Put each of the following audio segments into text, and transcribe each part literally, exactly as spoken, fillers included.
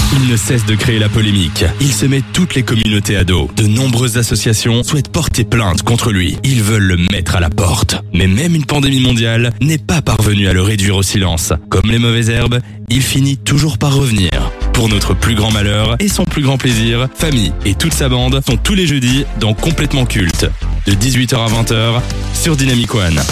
Il ne cesse de créer la polémique. Il se met toutes les communautés à dos. De nombreuses associations souhaitent porter plainte contre lui. Ils veulent le mettre à la porte. Mais même une pandémie mondiale n'est pas parvenue à le réduire au silence. Comme les mauvaises herbes, il finit toujours par revenir. Pour notre plus grand malheur et son plus grand plaisir, Famille et toute sa bande sont tous les jeudis dans Complètement Culte, de dix-huit heures à vingt heures sur Dynamic One.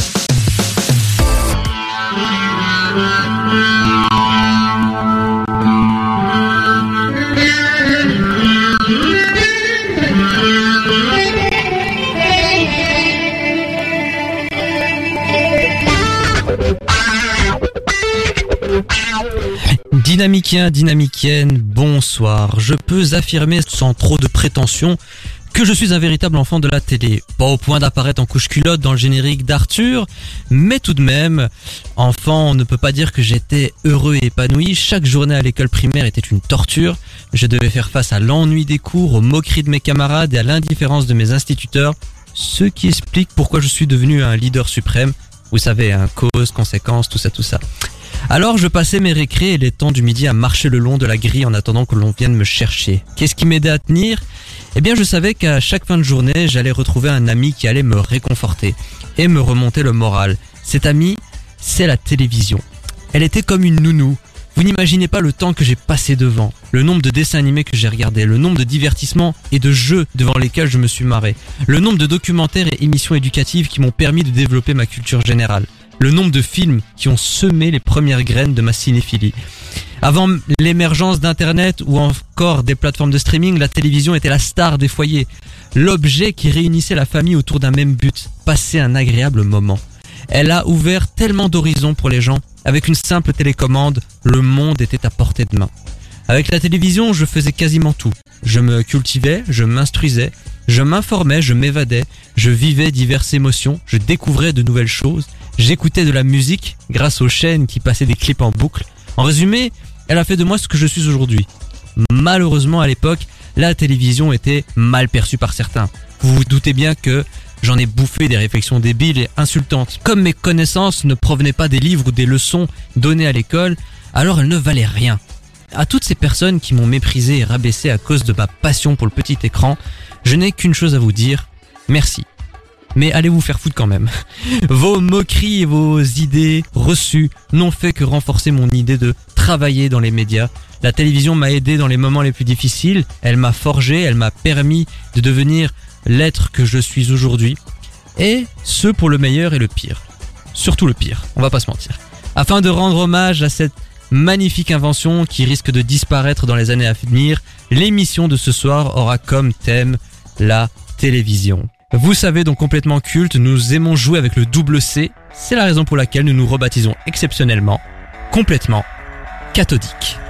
Dynamicien, dynamicienne, bonsoir. Je peux affirmer sans trop de prétention que je suis un véritable enfant de la télé. Pas au point d'apparaître en couche-culotte dans le générique d'Arthur, mais tout de même, enfant, on ne peut pas dire que j'étais heureux et épanoui. Chaque journée à l'école primaire était une torture. Je devais faire face à l'ennui des cours, aux moqueries de mes camarades et à l'indifférence de mes instituteurs, ce qui explique pourquoi je suis devenu un leader suprême. Vous savez, hein, cause, conséquence, tout ça, tout ça. Alors je passais mes récrés et les temps du midi à marcher le long de la grille en attendant que l'on vienne me chercher. Qu'est-ce qui m'aidait à tenir ? Eh bien je savais qu'à chaque fin de journée, j'allais retrouver un ami qui allait me réconforter et me remonter le moral. Cet ami, c'est la télévision. Elle était comme une nounou. Vous n'imaginez pas le temps que j'ai passé devant, le nombre de dessins animés que j'ai regardés, le nombre de divertissements et de jeux devant lesquels je me suis marré, le nombre de documentaires et émissions éducatives qui m'ont permis de développer ma culture générale. Le nombre de films qui ont semé les premières graines de ma cinéphilie. Avant l'émergence d'Internet ou encore des plateformes de streaming, la télévision était la star des foyers. L'objet qui réunissait la famille autour d'un même but, passer un agréable moment. Elle a ouvert tellement d'horizons pour les gens. Avec une simple télécommande, le monde était à portée de main. Avec la télévision, je faisais quasiment tout. Je me cultivais, je m'instruisais, je m'informais, je m'évadais, je vivais diverses émotions, je découvrais de nouvelles choses. J'écoutais de la musique grâce aux chaînes qui passaient des clips en boucle. En résumé, elle a fait de moi ce que je suis aujourd'hui. Malheureusement, à l'époque, la télévision était mal perçue par certains. Vous vous doutez bien que j'en ai bouffé des réflexions débiles et insultantes. Comme mes connaissances ne provenaient pas des livres ou des leçons données à l'école, alors elles ne valaient rien. À toutes ces personnes qui m'ont méprisé et rabaissé à cause de ma passion pour le petit écran, je n'ai qu'une chose à vous dire, merci. Mais allez vous faire foutre quand même. Vos moqueries et vos idées reçues n'ont fait que renforcer mon idée de travailler dans les médias. La télévision m'a aidé dans les moments les plus difficiles, elle m'a forgé, elle m'a permis de devenir l'être que je suis aujourd'hui. Et ce pour le meilleur et le pire. Surtout le pire, on va pas se mentir. Afin de rendre hommage à cette magnifique invention qui risque de disparaître dans les années à venir, l'émission de ce soir aura comme thème la télévision. Vous savez, donc Complètement Culte, nous aimons jouer avec le double C. C'est la raison pour laquelle nous nous rebaptisons exceptionnellement Complètement Cathodique.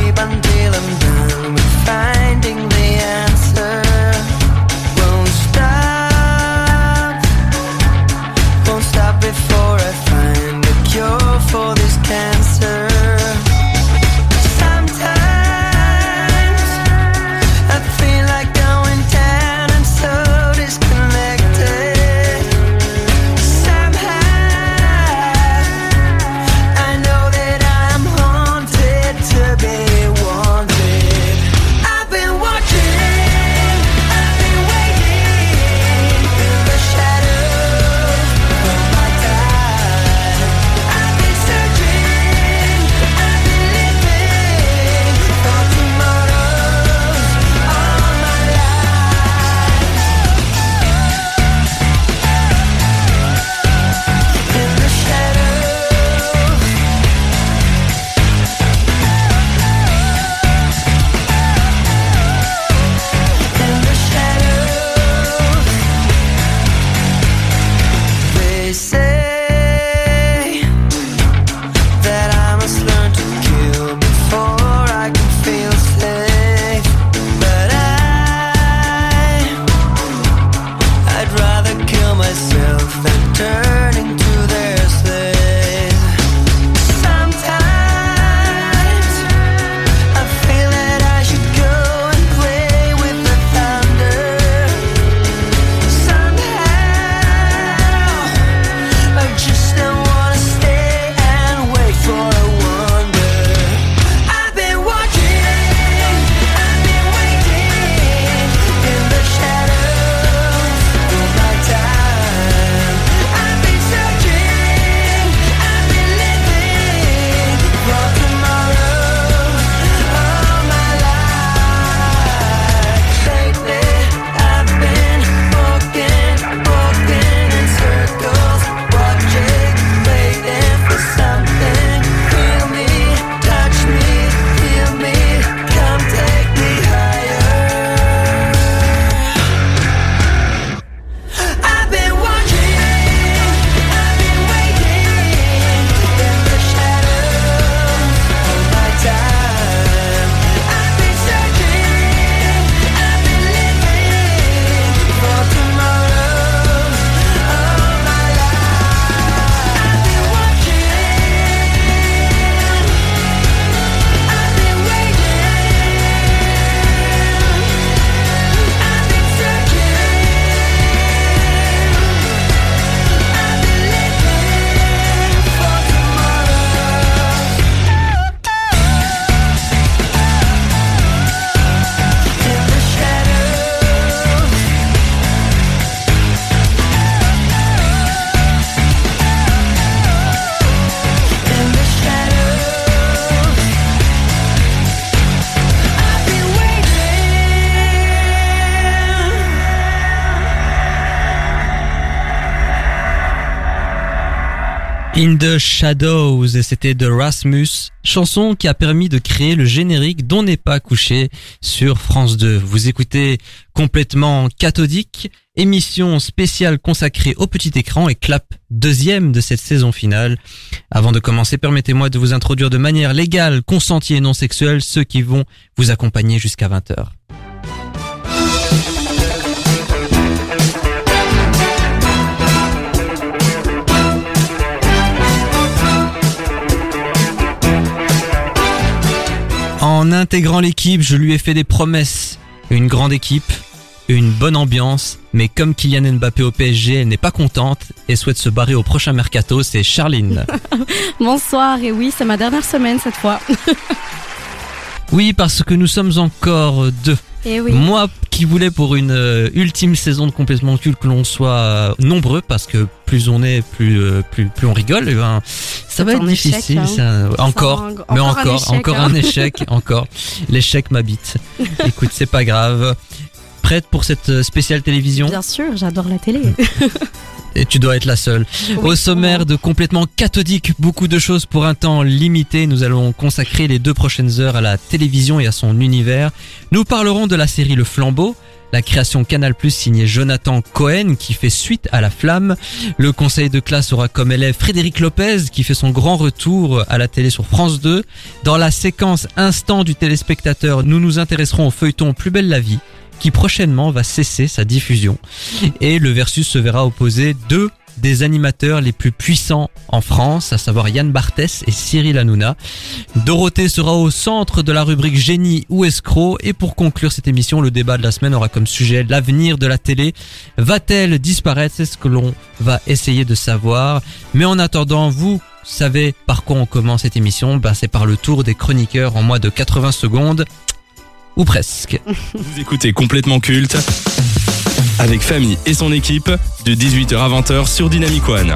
Until I'm done with finding the answer. Won't stop. In the Shadows, et c'était de Rasmus, chanson qui a permis de créer le générique d'On n'est pas couché sur France deux. Vous écoutez Complètement cathodique, émission spéciale consacrée au petit écran et clap deuxième de cette saison finale. Avant de commencer, permettez-moi de vous introduire de manière légale, consentie et non sexuelle ceux qui vont vous accompagner jusqu'à vingt heures. En intégrant l'équipe, je lui ai fait des promesses. Une grande équipe, une bonne ambiance, mais comme Kylian Mbappé au P S G, elle n'est pas contente et souhaite se barrer au prochain mercato, c'est Charline. Bonsoir, et oui, c'est ma dernière semaine cette fois. Oui, parce que nous sommes encore deux. Et oui. Moi qui voulais pour une euh, ultime saison de Complètement Culte que l'on soit euh, nombreux, parce que plus on est, plus euh, plus plus on rigole. Et ben, ça va être difficile. Échec, hein. ça, encore, un, mais encore encore, un échec, encore hein. un échec, encore. L'échec m'habite. Écoute, c'est pas grave. Prête pour cette spéciale télévision ? Bien sûr, j'adore la télé. Et tu dois être la seule. Oui, Au sommaire de Complètement cathodique, beaucoup de choses pour un temps limité. Nous allons consacrer les deux prochaines heures à la télévision et à son univers. Nous parlerons de la série Le Flambeau, la création Canal plus signée Jonathan Cohen qui fait suite à La Flamme. Le conseil de classe aura comme élève Frédéric Lopez qui fait son grand retour à la télé sur France deux. Dans la séquence Instant du téléspectateur, nous nous intéresserons au feuilleton Plus belle la vie, qui prochainement va cesser sa diffusion. Et le versus se verra opposer deux des animateurs les plus puissants en France, à savoir Yann Barthès et Cyril Hanouna. Dorothée sera au centre de la rubrique Génie ou escroc. Et pour conclure cette émission, le débat de la semaine aura comme sujet l'avenir de la télé. Va-t-elle disparaître ? C'est ce que l'on va essayer de savoir. Mais en attendant, vous savez par quoi on commence cette émission ? Ben, c'est par le tour des chroniqueurs en moins de quatre-vingts secondes. Ou presque. Vous écoutez Complètement Culte avec Famille et son équipe de dix-huit heures à vingt heures sur Dynamic One.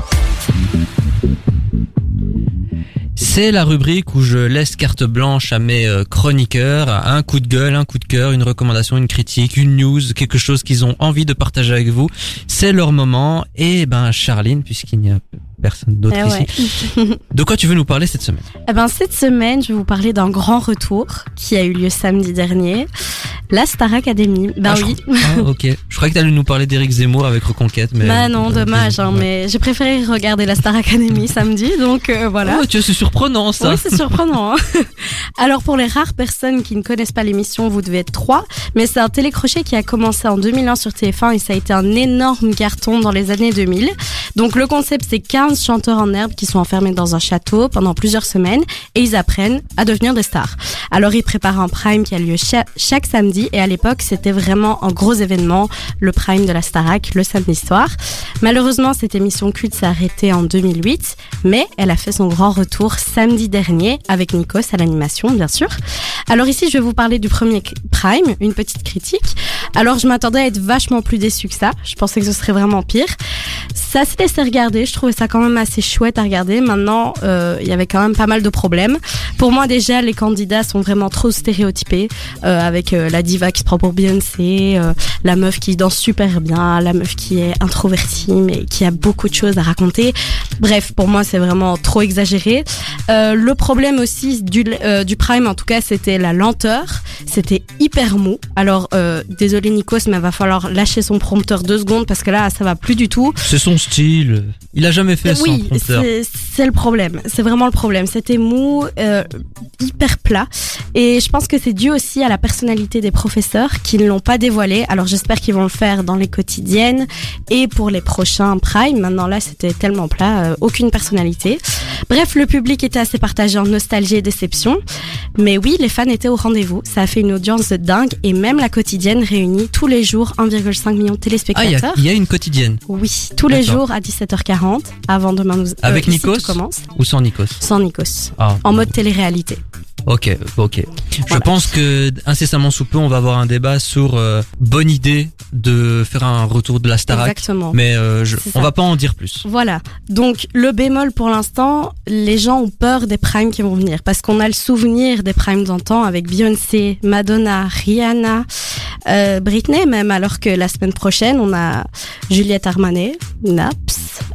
C'est la rubrique où je laisse carte blanche à mes chroniqueurs, un coup de gueule, un coup de cœur, une recommandation, une critique, une news, quelque chose qu'ils ont envie de partager avec vous. C'est leur moment. Et ben Charline, puisqu'il n'y a personne d'autre eh ici. Ouais. De quoi tu veux nous parler cette semaine ? Eh ben, cette semaine, je vais vous parler d'un grand retour qui a eu lieu samedi dernier. La Star Academy. Ben ah, oui. Je... Ah, ok. Je croyais que tu allais nous parler d'Éric Zemmour avec Reconquête, mais. Bah non, dommage, hein, ouais. mais j'ai préféré regarder la Star Academy samedi, donc euh, voilà. Oh, tu vois, c'est surprenant ça. Oui, c'est surprenant. Hein. Alors pour les rares personnes qui ne connaissent pas l'émission, vous devez être trois, mais c'est un télécrochet qui a commencé en deux mille un sur T F un et ça a été un énorme carton dans les années deux mille. Donc le concept, c'est quinze chanteurs en herbe qui sont enfermés dans un château pendant plusieurs semaines et ils apprennent à devenir des stars. Alors ils préparent un prime qui a lieu cha- chaque samedi et à l'époque c'était vraiment un gros événement, le prime de la Starac le samedi soir. Malheureusement cette émission culte s'est arrêtée en deux mille huit, mais elle a fait son grand retour samedi dernier avec Nikos à l'animation bien sûr. Alors ici je vais vous parler du premier prime, une petite critique. Alors je m'attendais à être vachement plus déçue que ça, je pensais que ce serait vraiment pire. Ça s'est laissé regarder, je trouvais ça quand même assez chouette à regarder. Maintenant, euh, il y avait quand même pas mal de problèmes. Pour moi, déjà, les candidats sont vraiment trop stéréotypés, euh, avec euh, la diva qui se prend pour Beyoncé, euh, la meuf qui danse super bien, la meuf qui est introvertie mais qui a beaucoup de choses à raconter. Bref, pour moi, c'est vraiment trop exagéré. Euh, le problème aussi du, euh, du prime, en tout cas, c'était la lenteur. C'était hyper mou. Alors, euh, désolé Nikos, mais il va falloir lâcher son prompteur deux secondes parce que là, ça va plus du tout. C'est son style. Il a jamais fait oui, sans prompteur. c'est, c'est le problème. C'est vraiment le problème. C'était mou, euh, hyper plat. Et je pense que c'est dû aussi à la personnalité des professeurs qui ne l'ont pas dévoilé. Alors j'espère qu'ils vont le faire dans les quotidiennes et pour les prochains Prime. Maintenant là, c'était tellement plat, euh, aucune personnalité. Bref, le public était assez partagé en nostalgie et déception. Mais oui, les fans étaient au rendez-vous. Ça a fait une audience de dingue et même la quotidienne réunit tous les jours un virgule cinq million de téléspectateurs. Ah, il y, y a une quotidienne. Oui, tous les jours à dix-sept heures quarante, avant demain nous. Avec euh, Nikos commence. Ou sans Nikos? Sans Nikos. Ah. En mode télé-réalité. Ok, ok. Je Voilà. pense que incessamment sous peu, on va avoir un débat sur euh, bonne idée de faire un retour de la Starac. Exactement. Mais euh, je, C'est on ça. va pas en dire plus. Voilà. Donc, le bémol pour l'instant, les gens ont peur des primes qui vont venir. Parce qu'on a le souvenir des primes d'antan avec Beyoncé, Madonna, Rihanna, euh, Britney même. Alors que la semaine prochaine, on a Juliette Armanet, Naps,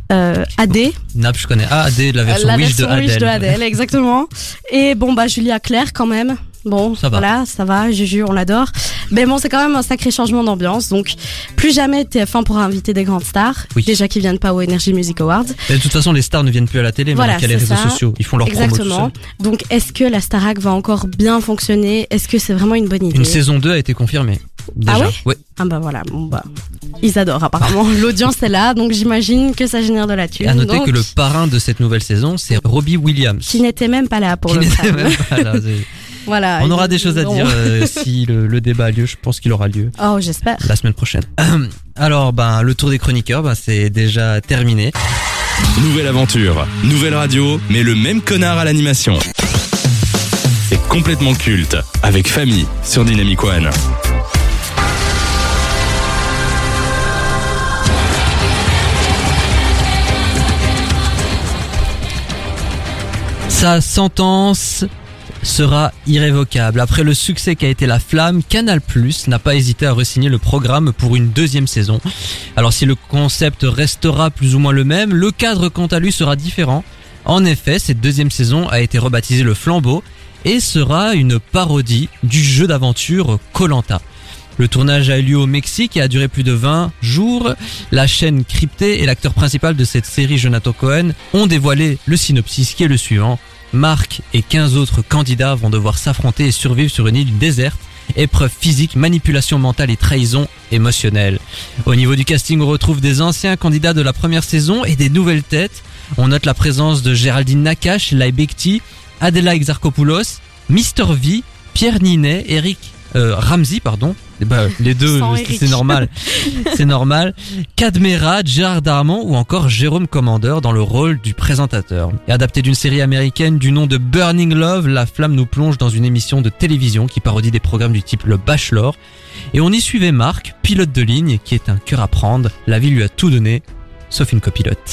euh, Adé. Nap, je connais. Ah, Adé, la version la Wish version de Adèle. Wish de Adèle, exactement. Et bon, bah, Julia Claire, quand même. Bon, ça va. Voilà, ça va, Juju, on l'adore. Mais bon, c'est quand même un sacré changement d'ambiance. Donc, plus jamais T F un pourra inviter des grandes stars. Oui. Déjà qu'ils viennent pas au Energy Music Awards. Et de toute façon, les stars ne viennent plus à la télé, Voilà, mais qu'il y a les c'est réseaux ça. sociaux. Ils font leur promo tout Exactement. seuls. Donc, est-ce que la Starac va encore bien fonctionner? Est-ce que c'est vraiment une bonne idée? Une saison deux a été confirmée. Déjà. Ah ouais Ouais. Ah bah voilà, bon bah, ils adorent apparemment. L'audience est là, donc j'imagine que ça génère de la thune. Et à noter donc, que le parrain de cette nouvelle saison, c'est Robbie Williams. qui n'était même pas là pour Qui le n'était prime. même pas là, c'est- Voilà. On aura ils- des choses à non. dire euh, si le, le débat a lieu. Je pense qu'il aura lieu Oh, j'espère. la semaine prochaine. Alors, ben, le tour des chroniqueurs, ben, c'est déjà terminé. Nouvelle aventure, nouvelle radio, mais le même connard à l'animation. C'est complètement culte, avec Famille sur Dynamic One. Sa sentence sera irrévocable. Après le succès qu'a été La Flamme, Canal+ n'a pas hésité à re-signer le programme pour une deuxième saison. Alors si le concept restera plus ou moins le même, le cadre quant à lui sera différent. En effet, cette deuxième saison a été rebaptisée Le Flambeau et sera une parodie du jeu d'aventure Koh-Lanta. Le tournage a eu lieu au Mexique et a duré plus de vingt jours. La chaîne cryptée et l'acteur principal de cette série, Jonathan Cohen, ont dévoilé le synopsis qui est le suivant. Marc et quinze autres candidats vont devoir s'affronter et survivre sur une île déserte. Épreuve physique, manipulation mentale et trahison émotionnelle. Au niveau du casting, on retrouve des anciens candidats de la première saison et des nouvelles têtes. On note la présence de Géraldine Nakache, Lai Bekti, Adela Exarchopoulos, Mister V, Pierre Ninet, Eric euh, Ramsey, pardon. Eh ben, les deux, Sans c'est Eric. c'est normal. C'est normal. Cadmera, Gérard Darmon ou encore Jérôme Commandeur dans le rôle du présentateur. Et adapté d'une série américaine du nom de Burning Love, La Flamme nous plonge dans une émission de télévision qui parodie des programmes du type Le Bachelor. Et on y suivait Marc, pilote de ligne, qui est un cœur à prendre. La vie lui a tout donné, sauf une copilote.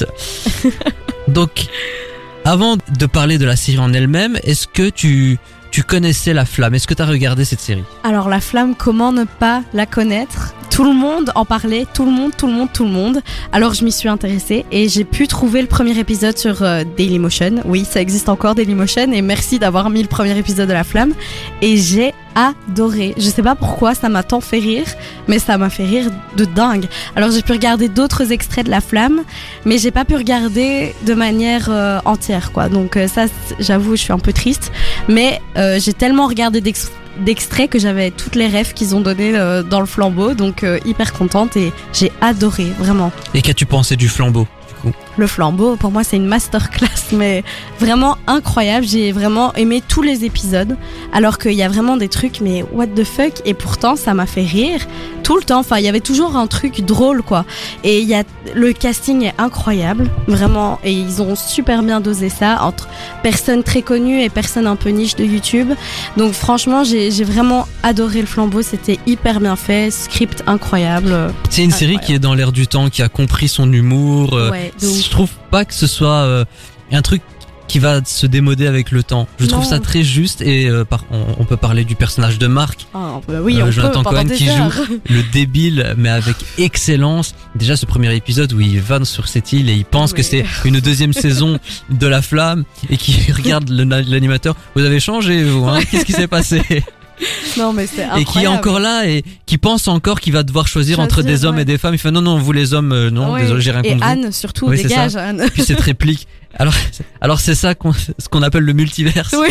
Donc, avant de parler de la série en elle-même, est-ce que tu... Tu connaissais La Flamme, est-ce que tu as regardé cette série? Alors La Flamme, comment ne pas la connaître? Tout le monde en parlait, tout le monde, tout le monde, tout le monde. Alors je m'y suis intéressée et j'ai pu trouver le premier épisode sur euh, Dailymotion. Oui, ça existe encore Dailymotion et merci d'avoir mis le premier épisode de La Flamme. Et j'ai adoré. Je sais pas pourquoi ça m'a tant fait rire, mais ça m'a fait rire de dingue. Alors j'ai pu regarder d'autres extraits de La Flamme, mais j'ai pas pu regarder de manière euh, entière, quoi. Donc euh, ça, j'avoue, je suis un peu triste. Mais euh, j'ai tellement regardé d'ex- d'extraits que j'avais toutes les rêves qu'ils ont donné euh, dans le Flambeau, donc euh, hyper contente et j'ai adoré, vraiment. Et qu'as-tu pensé du Flambeau, du coup? Le Flambeau, pour moi, c'est une masterclass, mais vraiment incroyable. J'ai vraiment aimé tous les épisodes, alors qu'il y a vraiment des trucs, mais what the fuck, et pourtant, ça m'a fait rire tout le temps. Enfin, il y avait toujours un truc drôle, quoi. Et il y a, le casting est incroyable, vraiment, et ils ont super bien dosé ça entre personnes très connues et personnes un peu niche de YouTube. Donc, franchement, j'ai, j'ai vraiment adoré le Flambeau. C'était hyper bien fait, script incroyable. C'est une série Incroyable. qui est dans l'air du temps, qui a compris son humour. euh, Ouais, de ouf. je trouve pas que ce soit euh, un truc qui va se démoder avec le temps. Je trouve Non. ça très juste et euh, par, on, on peut parler du personnage de Marc, Ah, bah oui, Euh, on Jonathan peut pendant Cohen des qui heures. le débile mais avec excellence. Déjà ce premier épisode où il vanne sur cette île et il pense Oui. que c'est une deuxième saison de La Flamme et qui regarde le- l'animateur. Vous avez changé vous, hein? Qu'est-ce qui s'est passé? Non, mais c'est incroyable. Et qui est encore là et qui pense encore qu'il va devoir choisir, entre Choisir, des hommes ouais. et des femmes. Il fait non non vous les hommes euh, non Ouais. désolé j'ai rien Et contre vous. Anne, surtout, Oui, c'est dégage, ça. Anne. Puis cette réplique. Alors, alors c'est ça qu'on, ce qu'on appelle le multiverse. Oui.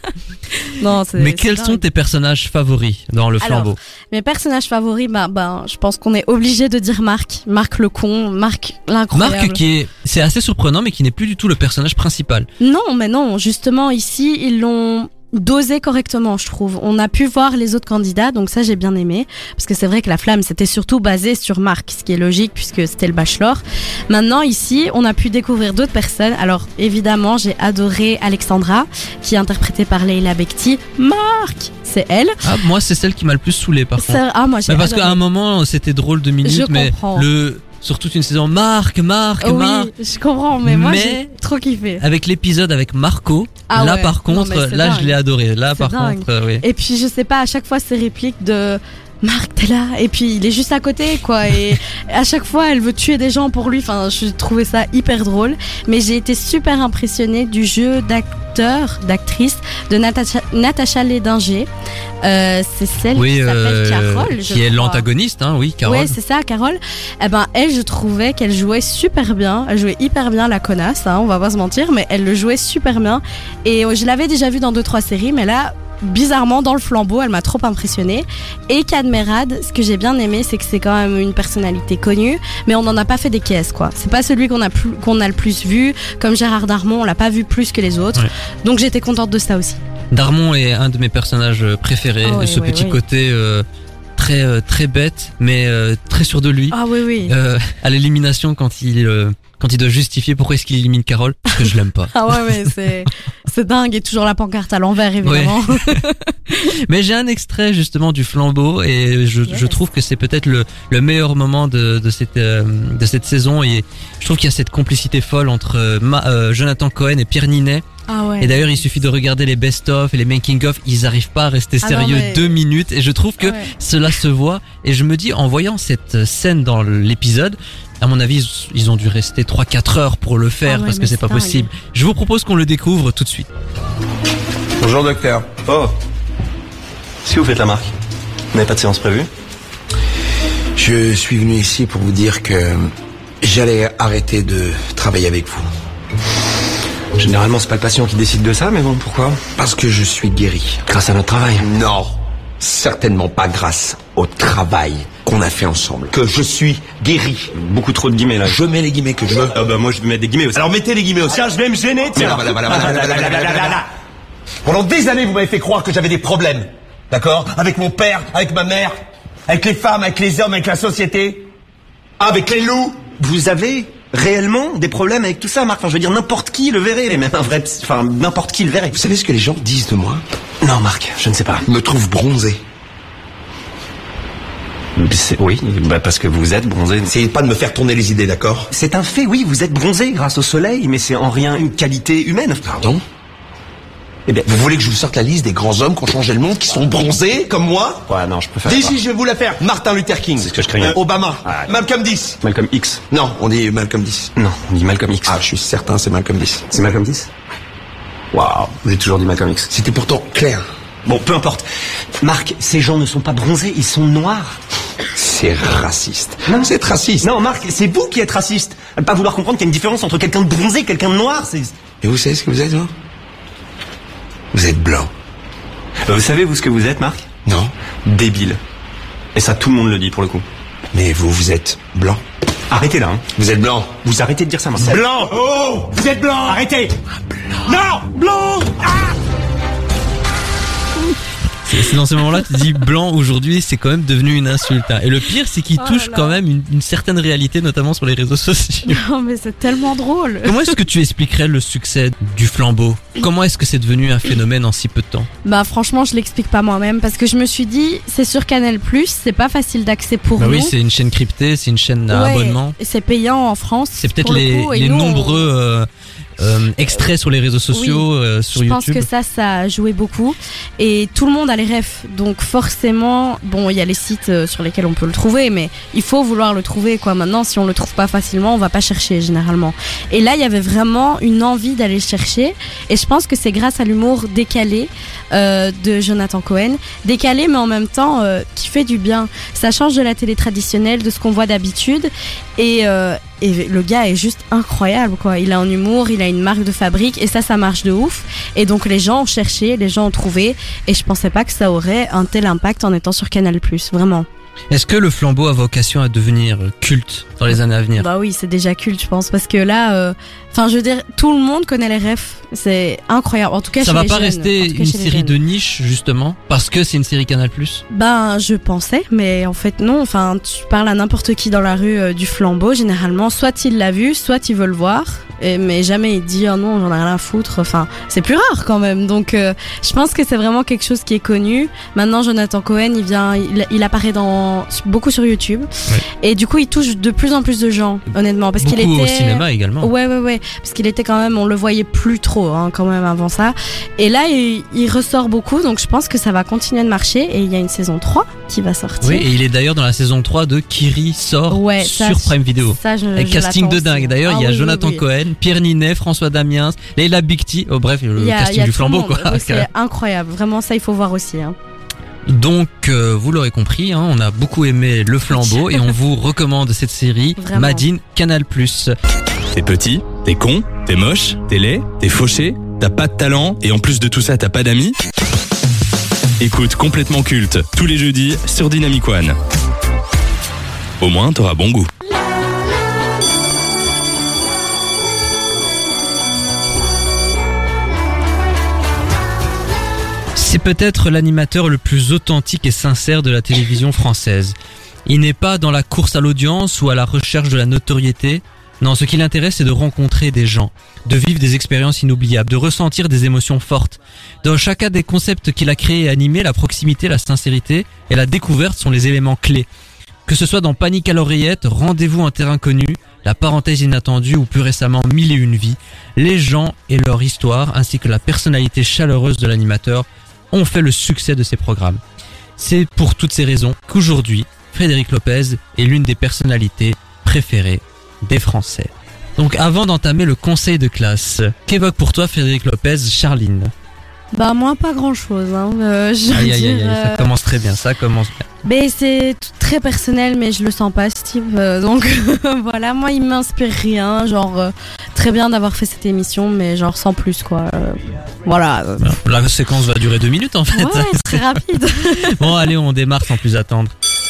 Non, c'est. Mais c'est quels dingue. sont tes personnages favoris dans le Alors, Flambeau? Mes personnages favoris, bah, bah, je pense qu'on est obligé de dire Marc. Marc le con, Marc l'incroyable. Marc qui est, c'est assez surprenant mais qui n'est plus du tout le personnage principal. Non, mais non, justement, ici, ils l'ont dosé correctement, je trouve. On a pu voir les autres candidats, donc ça j'ai bien aimé, parce que c'est vrai que La Flamme c'était surtout basé sur Marc, ce qui est logique puisque c'était le Bachelor. Maintenant ici, on a pu découvrir d'autres personnes. Alors évidemment, j'ai adoré Alexandra, qui est interprétée par Leila Bekti. Marc, c'est elle. Ah, moi c'est celle qui m'a le plus saoulé par contre. Ça- ah moi j'ai Mais parce adoré. qu'à un moment c'était drôle deux minutes, Je mais comprends. le sur toute une saison, Marc, Marc, Oui, Marc. je comprends, mais, moi Mais- j'ai trop kiffé. Avec l'épisode avec Marco, Ah là ouais. par Non, contre, mais c'est là dingue. je l'ai adoré. Là C'est par dingue. contre, euh, oui. Et puis je sais pas, à chaque fois ces répliques de Marc, t'es là. Et puis il est juste à côté, quoi. Et à chaque fois, elle veut tuer des gens pour lui. Enfin, je trouvais ça hyper drôle. Mais j'ai été super impressionnée du jeu d'acteur, d'actrice de Natacha, Natacha Lédinger. Euh, c'est celle oui, qui s'appelle euh, Carole, je qui est crois. l'antagoniste, hein, oui, Carole. Oui, c'est ça, Carole. Eh ben, elle, je trouvais qu'elle jouait super bien. Elle jouait hyper bien la connasse, hein, on va pas se mentir, mais elle le jouait super bien. Et je l'avais déjà vue dans deux, trois séries, mais là, bizarrement, dans le flambeau, elle m'a trop impressionnée. Et Cadmerade, ce que j'ai bien aimé, c'est que c'est quand même une personnalité connue, mais on n'en a pas fait des caisses, quoi. C'est pas celui qu'on a, plus, qu'on a le plus vu. Comme Gérard Darmon, on l'a pas vu plus que les autres. Ouais. Donc j'étais contente de ça aussi. Darmon est un de mes personnages préférés. Oh, oui, ce oui, petit oui. côté euh, très euh, très bête, mais euh, très sûr de lui. Ah oui, oui. Euh, à l'élimination, quand il euh, quand il doit justifier pourquoi est-ce qu'il élimine Carole, parce que je l'aime pas. Ah ouais, mais c'est c'est dingue, et toujours la pancarte à l'envers, évidemment. Oui. Mais j'ai un extrait justement du flambeau, et je, yes. je trouve que c'est peut-être le, le meilleur moment de, de cette euh, de cette saison, et je trouve qu'il y a cette complicité folle entre Ma, euh, Jonathan Cohen et Pierre Ninet. Ah ouais. Et d'ailleurs, il suffit de regarder les best-of et les making-of, ils arrivent pas à rester sérieux ah non, mais... deux minutes, et je trouve que ah ouais. cela se voit. Et je me dis, en voyant cette scène dans l'épisode, à mon avis, ils ont dû rester trois quatre heures pour le faire, ah ouais, parce que c'est pas possible. Je vous propose qu'on le découvre tout de suite. Bonjour docteur. Oh, si vous faites la marque, vous n'avez pas de séance prévue? Je suis venu ici pour vous dire que j'allais arrêter de travailler avec vous. Généralement, c'est pas le patient qui décide de ça, mais bon, pourquoi? Parce que je suis guéri. Grâce à notre travail? Non, certainement pas grâce au travail qu'on a fait ensemble. Que je suis guéri. Beaucoup trop de guillemets, là. Je mets les guillemets que je veux. Ah bah moi, je mets des guillemets aussi. Alors mettez les guillemets aussi. Tiens, je vais me gêner, tiens. Voilà, voilà, voilà, voilà, voilà, voilà, voilà, voilà. Pendant des années, vous m'avez fait croire que j'avais des problèmes. D'accord? Avec mon père, avec ma mère, avec les femmes, avec les hommes, avec la société, avec les loups. Vous avez réellement des problèmes avec tout ça, Marc? Enfin, je veux dire, n'importe qui le verrait, mais même un vrai, enfin, n'importe qui le verrait. Vous savez ce que les gens disent de moi? Non, Marc, je ne sais pas. Ils me trouvent bronzé. Oui, bah parce que vous êtes bronzé. Essayez pas de me faire tourner les idées, d'accord? C'est un fait, oui, vous êtes bronzé grâce au soleil, mais c'est en rien une qualité humaine. Pardon? Eh bien, vous voulez que je vous sorte la liste des grands hommes qui ont changé le monde, qui sont bronzés, comme moi? Ouais, non, je préfère D'ici, je vais vous la faire. Martin Luther King. C'est ce que je craignais. Euh, Obama. Ah, Malcolm X. Malcolm X. Non, on dit Malcolm X. Non, on dit Malcolm X. Ah, je suis certain, c'est Malcolm X. C'est Malcolm X? Waouh, vous avez toujours dit Malcolm X. C'était pourtant clair. Bon, peu importe. Marc, ces gens ne sont pas bronzés, ils sont noirs. C'est raciste. Non, c'est raciste. Non, Marc, c'est vous qui êtes raciste. À ne pas vouloir comprendre qu'il y a une différence entre quelqu'un de bronzé et quelqu'un de noir, c'est... Et vous savez ce que vous êtes, vous? Vous êtes blanc. Euh, vous savez, vous, ce que vous êtes, Marc? Non. Débile. Et ça, tout le monde le dit, pour le coup. Mais vous, vous êtes blanc. Arrêtez là, hein. Vous êtes blanc. Vous arrêtez de dire ça, Marc. Blanc. Oh, vous êtes blanc. Arrêtez. Ah, blanc. Non, blanc. Ah. C'est dans ce moment-là, tu dis blanc aujourd'hui, c'est quand même devenu une insulte. Hein. Et le pire, c'est qu'il oh touche quand même une, une certaine réalité, notamment sur les réseaux sociaux. Non, mais c'est tellement drôle. Comment est-ce que tu expliquerais le succès du flambeau? Comment est-ce que c'est devenu un phénomène en si peu de temps? Bah franchement, je l'explique pas moi-même, parce que je me suis dit, c'est sur Canal plus, c'est pas facile d'accès pour bah nous. Oui, c'est une chaîne cryptée, c'est une chaîne à ouais, abonnement. Et c'est payant en France. C'est peut-être les, coup, les nous, nombreux... Euh, Euh, extraits sur les réseaux sociaux, oui, euh, sur je YouTube. Je pense que ça, ça a joué beaucoup. Et tout le monde a les refs. Donc forcément, bon, il y a les sites sur lesquels on peut le trouver, mais il faut vouloir le trouver, quoi. Maintenant, si on le trouve pas facilement, on va pas chercher, généralement. Et là, il y avait vraiment une envie d'aller chercher. Et je pense que c'est grâce à l'humour décalé euh, de Jonathan Cohen. Décalé, mais en même temps, euh, qui fait du bien. Ça change de la télé traditionnelle, de ce qu'on voit d'habitude. Et... Euh, Et le gars est juste incroyable, quoi. Il a un humour, il a une marque de fabrique, et ça, ça marche de ouf. Et donc les gens ont cherché, les gens ont trouvé, et je pensais pas que ça aurait un tel impact en étant sur Canal plus, vraiment. Est-ce que le flambeau a vocation à devenir culte dans les années à venir? Bah oui, c'est déjà culte, je pense, parce que là, enfin, euh, je veux dire, tout le monde connaît les refs. C'est incroyable. En tout cas, ça chez va les pas jeunes, rester une série de niche, justement, parce que c'est une série Canal plus? Ben, je pensais, mais en fait non. Enfin, tu parles à n'importe qui dans la rue euh, du flambeau, généralement, soit il l'a vu, soit il veut le voir. et, mais jamais il dit oh non j'en ai rien à foutre. Enfin c'est plus rare quand même. Donc euh, je pense que c'est vraiment quelque chose qui est connu. Maintenant Jonathan Cohen il vient, il, il apparaît dans beaucoup sur YouTube Ouais. et du coup il touche de plus en plus de gens honnêtement parce Beaucoup qu'il était au cinéma également. Ouais ouais ouais parce qu'il était quand même, on le voyait plus trop hein, quand même avant ça. Et là il, il ressort beaucoup donc je pense que ça va continuer de marcher et il y a une saison trois qui va sortir. Oui, et il est d'ailleurs dans la saison trois de Kiri sort Ouais, ça, sur Prime Video. Ça, je, Avec je casting de l'attends dingue. aussi. D'ailleurs, Ah il y a oui, Jonathan oui, oui. Cohen, Pierre Ninet, François Damiens, Leila Bicti. Oh bref, le Il y a- il y casting a du tout le flambeau monde. quoi. Oui, c'est incroyable. Vraiment, ça, il faut voir aussi. Hein. Donc, euh, vous l'aurez compris, hein, on a beaucoup aimé Le Flambeau et on vous recommande cette série Vraiment. Madine Canal plus. T'es petit, t'es con, t'es moche, t'es laid, t'es fauché, t'as pas de talent et en plus de tout ça t'as pas d'amis. Écoute Complètement Culte tous les jeudis sur Dynamic One. Au moins t'auras bon goût. C'est peut-être l'animateur le plus authentique et sincère de la télévision française. Il n'est pas dans la course à l'audience ou à la recherche de la notoriété. Non, ce qui l'intéresse, c'est de rencontrer des gens, de vivre des expériences inoubliables, de ressentir des émotions fortes. Dans chacun des concepts qu'il a créés et animés, la proximité, la sincérité et la découverte sont les éléments clés. Que ce soit dans Panique à l'oreillette, Rendez-vous en terre inconnue, La parenthèse inattendue ou plus récemment Mille et une vies, les gens et leur histoire ainsi que la personnalité chaleureuse de l'animateur ont fait le succès de ces programmes. C'est pour toutes ces raisons qu'aujourd'hui, Frédéric Lopez est l'une des personnalités préférées des Français. Donc avant d'entamer le conseil de classe, qu'évoque pour toi Frédéric Lopez, Charline? Bah moi pas grand chose. Hein. Euh, je veux Aïe aïe aïe, dire, aïe, ça euh, commence très bien, ça commence bien. mais c'est tout très personnel, mais je le sens pas, Steve. Euh, donc voilà, moi il m'inspire rien. Genre euh, très bien d'avoir fait cette émission, mais genre sans plus quoi. Euh, voilà. euh. La séquence va durer deux minutes en fait. Ouais, c'est très rapide. Bon allez, on démarre sans plus attendre.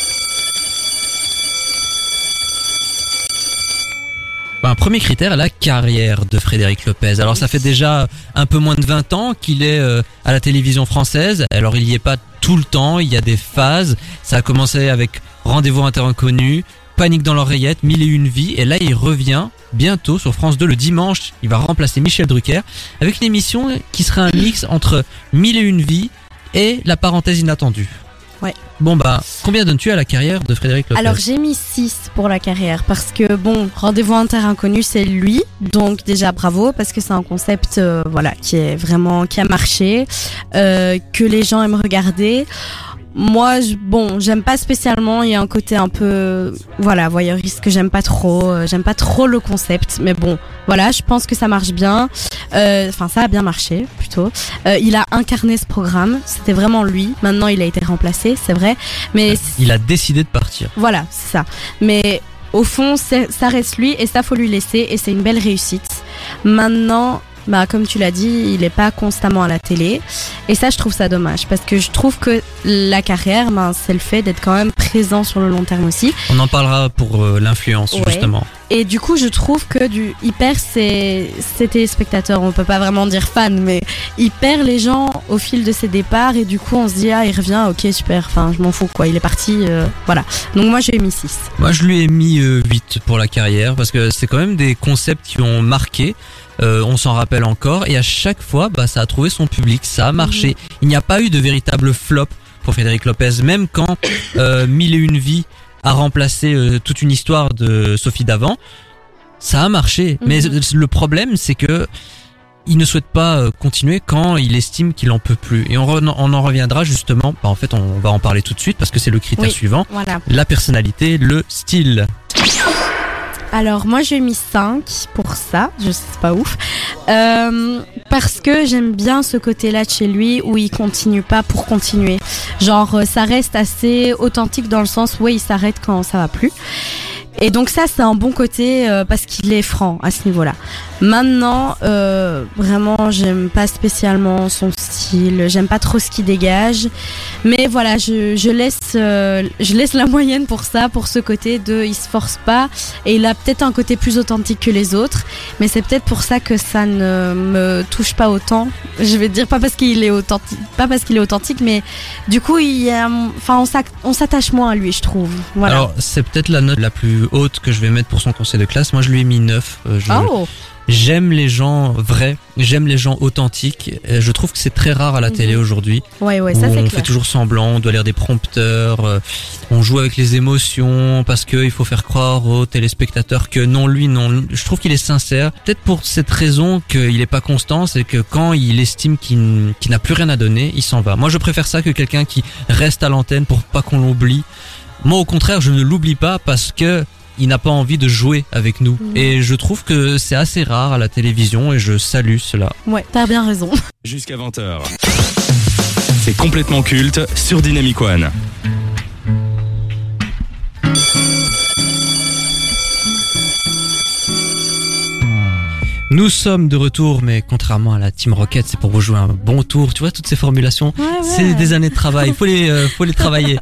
Un premier critère, la carrière de Frédéric Lopez. Alors ça fait déjà un peu moins de vingt ans qu'il est euh, à la télévision française. Alors il y est pas tout le temps, il y a des phases. Ça a commencé avec Rendez-vous en terre inconnue, Panique dans l'oreillette, Mille et une vies. Et là il revient bientôt sur France deux le dimanche. Il va remplacer Michel Drucker avec une émission qui sera un mix entre Mille et une vies et La parenthèse inattendue. Ouais. Bon bah, combien donnes-tu à la carrière de Frédéric Lopez? Alors j'ai mis six pour la carrière parce que bon, Rendez-vous en terre inconnue c'est lui, donc déjà bravo parce que c'est un concept euh, voilà qui est vraiment qui a marché, euh, que les gens aiment regarder. Moi, je, bon, j'aime pas spécialement. Il y a un côté un peu, voilà, voyeuriste que j'aime pas trop. Euh, j'aime pas trop le concept, mais bon, voilà, je pense que ça marche bien. Euh, Enfin, ça a bien marché, plutôt. Euh, il a incarné ce programme. C'était vraiment lui. Maintenant, il a été remplacé, c'est vrai. Mais il a décidé de partir. voilà, c'est ça. Mais au fond, c'est- ça reste lui et ça faut lui laisser et c'est une belle réussite. Maintenant. Bah, comme tu l'as dit, il est pas constamment à la télé. Et ça, je trouve ça dommage. Parce que je trouve que la carrière, ben, c'est le fait d'être quand même présent sur le long terme aussi. On en parlera pour euh, l'influence, Ouais. justement. Et du coup, je trouve que du, il perd ses, ses téléspectateurs. On peut pas vraiment dire fans, mais il perd les gens au fil de ses départs. Et du coup, on se dit, ah, il revient, ok, super. Enfin, je m'en fous, quoi. Il est parti, euh, voilà. Donc, moi, j'ai mis six. Moi, je lui ai mis euh, huit pour la carrière, parce que c'est quand même des concepts qui ont marqué. Euh, on s'en rappelle encore. Et à chaque fois, bah, ça a trouvé son public. Ça a marché. Mhm. Il n'y a pas eu de véritable flop pour Frédéric Lopez. Même quand euh, Mille et une vies a remplacé euh, toute une histoire de Sophie Davant, ça a marché. Mhm. Mais le problème, c'est que il ne souhaite pas euh, continuer quand il estime qu'il en peut plus. Et on, re- on en reviendra justement. Bah, en fait, on va en parler tout de suite parce que c'est le critère Oui. suivant. Voilà. La personnalité, le style. Alors moi j'ai mis cinq pour ça, je sais c'est pas ouf, euh, parce que j'aime bien ce côté-là de chez lui où il continue pas pour continuer. Genre euh, ça reste assez authentique dans le sens où il s'arrête quand ça va plus. Et donc ça c'est un bon côté euh, parce qu'il est franc à ce niveau-là. Maintenant euh, vraiment j'aime pas spécialement son style, j'aime pas trop ce qu'il dégage, mais voilà je, je laisse euh, je laisse la moyenne pour ça, pour ce côté de il se force pas et il a peut-être un côté plus authentique que les autres, mais c'est peut-être pour ça que ça ne me touche pas autant. Je vais dire pas parce qu'il est authentique, pas parce qu'il est authentique, mais du coup il y a, enfin on s'ac- on s'attache moins à lui je trouve. Voilà. Alors, c'est peut-être la note la plus haute que je vais mettre pour son conseil de classe. Moi, je lui ai mis neuf. Euh, je, Oh. J'aime les gens vrais, j'aime les gens authentiques. Euh, Je trouve que c'est très rare à la Mhm. télé aujourd'hui. Ouais, ouais, Où ça c'est on clair. fait toujours semblant, on doit lire des prompteurs, euh, on joue avec les émotions parce que il faut faire croire aux téléspectateurs que non, lui, non. Je trouve qu'il est sincère. Peut-être pour cette raison qu'il est pas constant, c'est que quand il estime qu'il n- qu'il n'a plus rien à donner, il s'en va. Moi, je préfère ça que quelqu'un qui reste à l'antenne pour pas qu'on l'oublie. Moi, au contraire, je ne l'oublie pas parce que il n'a pas envie de jouer avec nous. Mhm. Et je trouve que c'est assez rare à la télévision et je salue cela. Ouais, t'as bien raison. Jusqu'à vingt heures. C'est complètement culte sur Dynamic One. Nous sommes de retour, mais contrairement à la Team Rocket, c'est pour vous jouer un bon tour. Tu vois, toutes ces formulations, Ouais, ouais. c'est des années de travail. Faut les, euh, faut les travailler.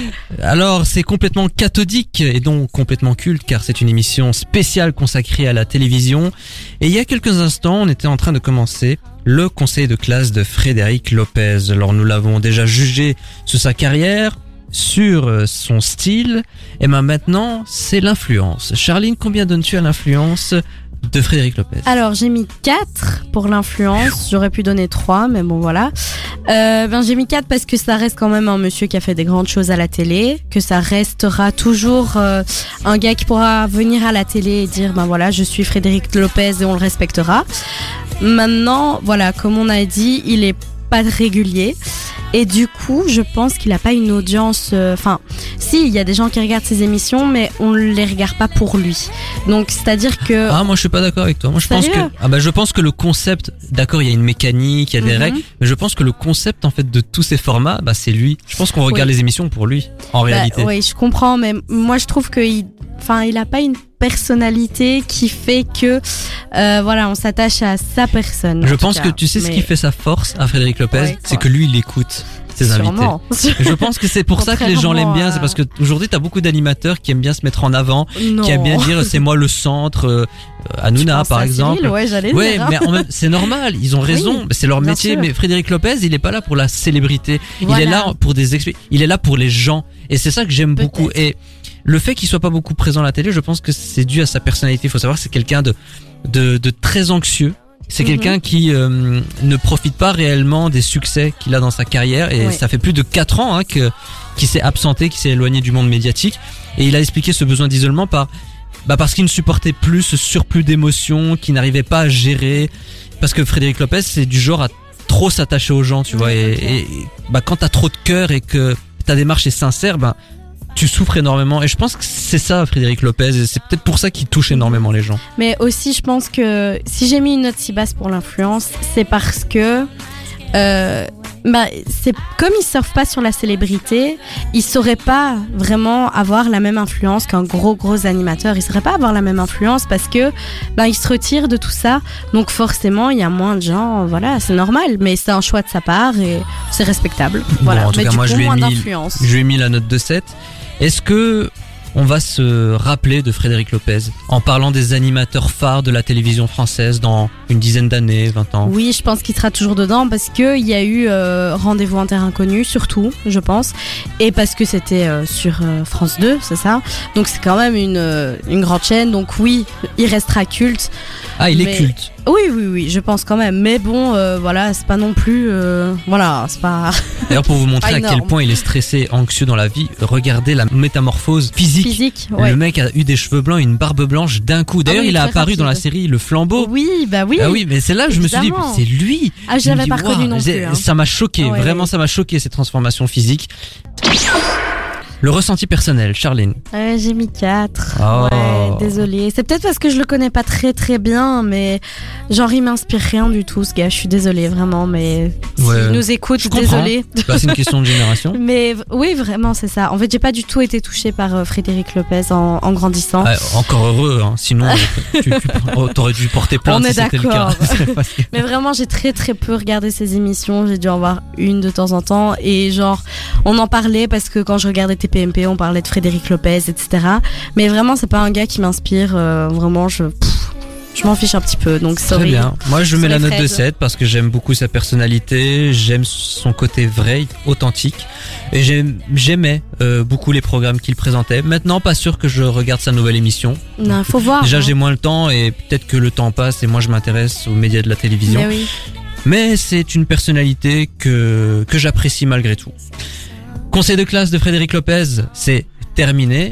Alors, c'est complètement cathodique et donc complètement culte, car c'est une émission spéciale consacrée à la télévision. Et il y a quelques instants, on était en train de commencer le conseil de classe de Frédéric Lopez. Alors, nous l'avons déjà jugé sur sa carrière, sur euh, son style, et ben maintenant, c'est l'influence. Charline, combien donnes-tu à l'influence de Frédéric Lopez? Alors j'ai mis quatre pour l'influence, j'aurais pu donner trois, mais bon voilà. Euh, ben j'ai mis quatre parce que ça reste quand même un monsieur qui a fait des grandes choses à la télé, que ça restera toujours euh, un gars qui pourra venir à la télé et dire ben voilà je suis Frédéric Lopez et on le respectera. Maintenant voilà, comme on a dit, il est pas régulier. Et du coup, je pense qu'il a pas une audience. Enfin, euh, si, il y a des gens qui regardent ses émissions, mais on les regarde pas pour lui. Donc, c'est-à-dire que. Ah, moi je suis pas d'accord avec toi. Moi je pense que Sérieux ah bah je pense que le concept, d'accord, il y a une mécanique, il y a des Mhm. règles, mais je pense que le concept en fait de tous ces formats, bah c'est lui. Je pense qu'on regarde Oui. les émissions pour lui en Bah, réalité. oui, je comprends, mais moi je trouve qu'il, enfin, il a pas une personnalité qui fait que, euh, voilà, on s'attache à sa personne. Je en tout pense cas. que tu sais ce Mais qui fait sa force à Frédéric Lopez, Ouais, c'est quoi. que lui il écoute ses invités. Sûrement. Et je pense que c'est pour ça que les gens l'aiment bien, Contrairement c'est parce que aujourd'hui t'as beaucoup d'animateurs qui aiment bien se mettre en avant, Non. qui aiment bien dire c'est moi le centre, euh, Tu Hanouna penses par à exemple. Cyril, ouais, j'allais Ouais, dire. hein. mais en même- c'est normal, ils ont raison, Oui, mais c'est leur bien métier. sûr. Mais Frédéric Lopez, il est pas là pour la célébrité, il Voilà. est là pour des expé- il est là pour les gens, et c'est ça que j'aime Peut-être. beaucoup. Et le fait qu'il soit pas beaucoup présent à la télé, je pense que c'est dû à sa personnalité. Il faut savoir que c'est quelqu'un de, de de très anxieux. C'est Mhm. quelqu'un qui euh, ne profite pas réellement des succès qu'il a dans sa carrière, et Ouais. ça fait plus de quatre ans hein, que qu'il s'est absenté, qu'il s'est éloigné du monde médiatique, et il a expliqué ce besoin d'isolement par bah parce qu'il ne supportait plus ce surplus d'émotions, qu'il n'arrivait pas à gérer, parce que Frédéric Lopez c'est du genre à trop s'attacher aux gens, tu vois, et, ok. et bah quand t'as trop de cœur et que ta démarche est sincère, bah tu souffres énormément, et je pense que c'est ça Frédéric Lopez, et c'est peut-être pour ça qu'il touche énormément les gens. Mais aussi, je pense que si j'ai mis une note si basse pour l'influence, c'est parce que euh, bah, c'est comme ils surfent pas sur la célébrité, ils sauraient pas vraiment avoir la même influence qu'un gros gros animateur. Ils sauraient pas avoir la même influence parce que ben ils se retirent de tout ça. Donc forcément, il y a moins de gens. Voilà, c'est normal, mais c'est un choix de sa part et c'est respectable. Voilà. Bon, en tout mais cas, du moi, coup, je lui ai moins mis- d'influence. Je lui ai mis la note de sept. Est-ce que on va se rappeler de Frédéric Lopez en parlant des animateurs phares de la télévision française dans une dizaine d'années, vingt ans? Oui, je pense qu'il sera toujours dedans parce que il y a eu euh, Rendez-vous en terre inconnue, surtout, je pense, et parce que c'était euh, sur euh, France deux, c'est ça. Donc c'est quand même une euh, une grande chaîne. Donc oui, il restera culte. Ah, il est mais- culte. Oui, oui, oui, je pense quand même. Mais bon, euh, voilà, c'est pas non plus, euh, voilà, c'est pas D'ailleurs, pour vous montrer Pas à quel énorme. point il est stressé, anxieux dans la vie, regardez la métamorphose physique. physique. Ouais. Le mec a eu des cheveux blancs et une barbe blanche d'un coup. D'ailleurs, Ah oui, il a très apparu dans la rapide. série Le Flambeau. Oui, bah oui. Ah oui, mais c'est là que je me suis dit, Évidemment. c'est lui. Ah, Je me j'avais dis, pas reconnu waouh, non c'est- plus. hein. Ça m'a choqué, Ah ouais, vraiment ouais. ça m'a choqué ces transformations physiques. Le ressenti personnel, Charline. Ouais, j'ai mis quatre. Oh. Ouais, désolée. C'est peut-être parce que je le connais pas très très bien, mais genre il m'inspire rien du tout ce gars. Je suis désolée vraiment, mais Ouais. s'il nous écoute, Je comprends. désolée. Bah, c'est une question de génération. Mais v- oui, vraiment, c'est ça. En fait, j'ai pas du tout été touchée par euh, Frédéric Lopez en, en grandissant. Ah, encore heureux, hein. Sinon tu, tu, oh, t'aurais dû porter plainte On est si c'était le cas. d'accord. Parce que- Mais vraiment, j'ai très très peu regardé ses émissions. J'ai dû en voir une de temps en temps. Et genre, on en parlait parce que quand je regardais T P M P, on parlait de Frédéric Lopez, et cetera. Mais vraiment, c'est pas un gars qui m'inspire. euh, vraiment, je. pff, Je m'en fiche un petit peu, donc sorry. Très bien. Moi, je Sur mets la les note de fraises. sept parce que j'aime beaucoup sa personnalité, j'aime son côté vrai, authentique, et j'aime, j'aimais euh, beaucoup les programmes qu'il présentait. Maintenant, pas sûr que je regarde sa nouvelle émission. Non, faut voir. Déjà, hein. j'ai moins le temps et peut-être que le temps passe et moi, je m'intéresse aux médias de la télévision. Mais oui. Mais c'est une personnalité que, que j'apprécie malgré tout. Conseil de classe de Frédéric Lopez, c'est terminé.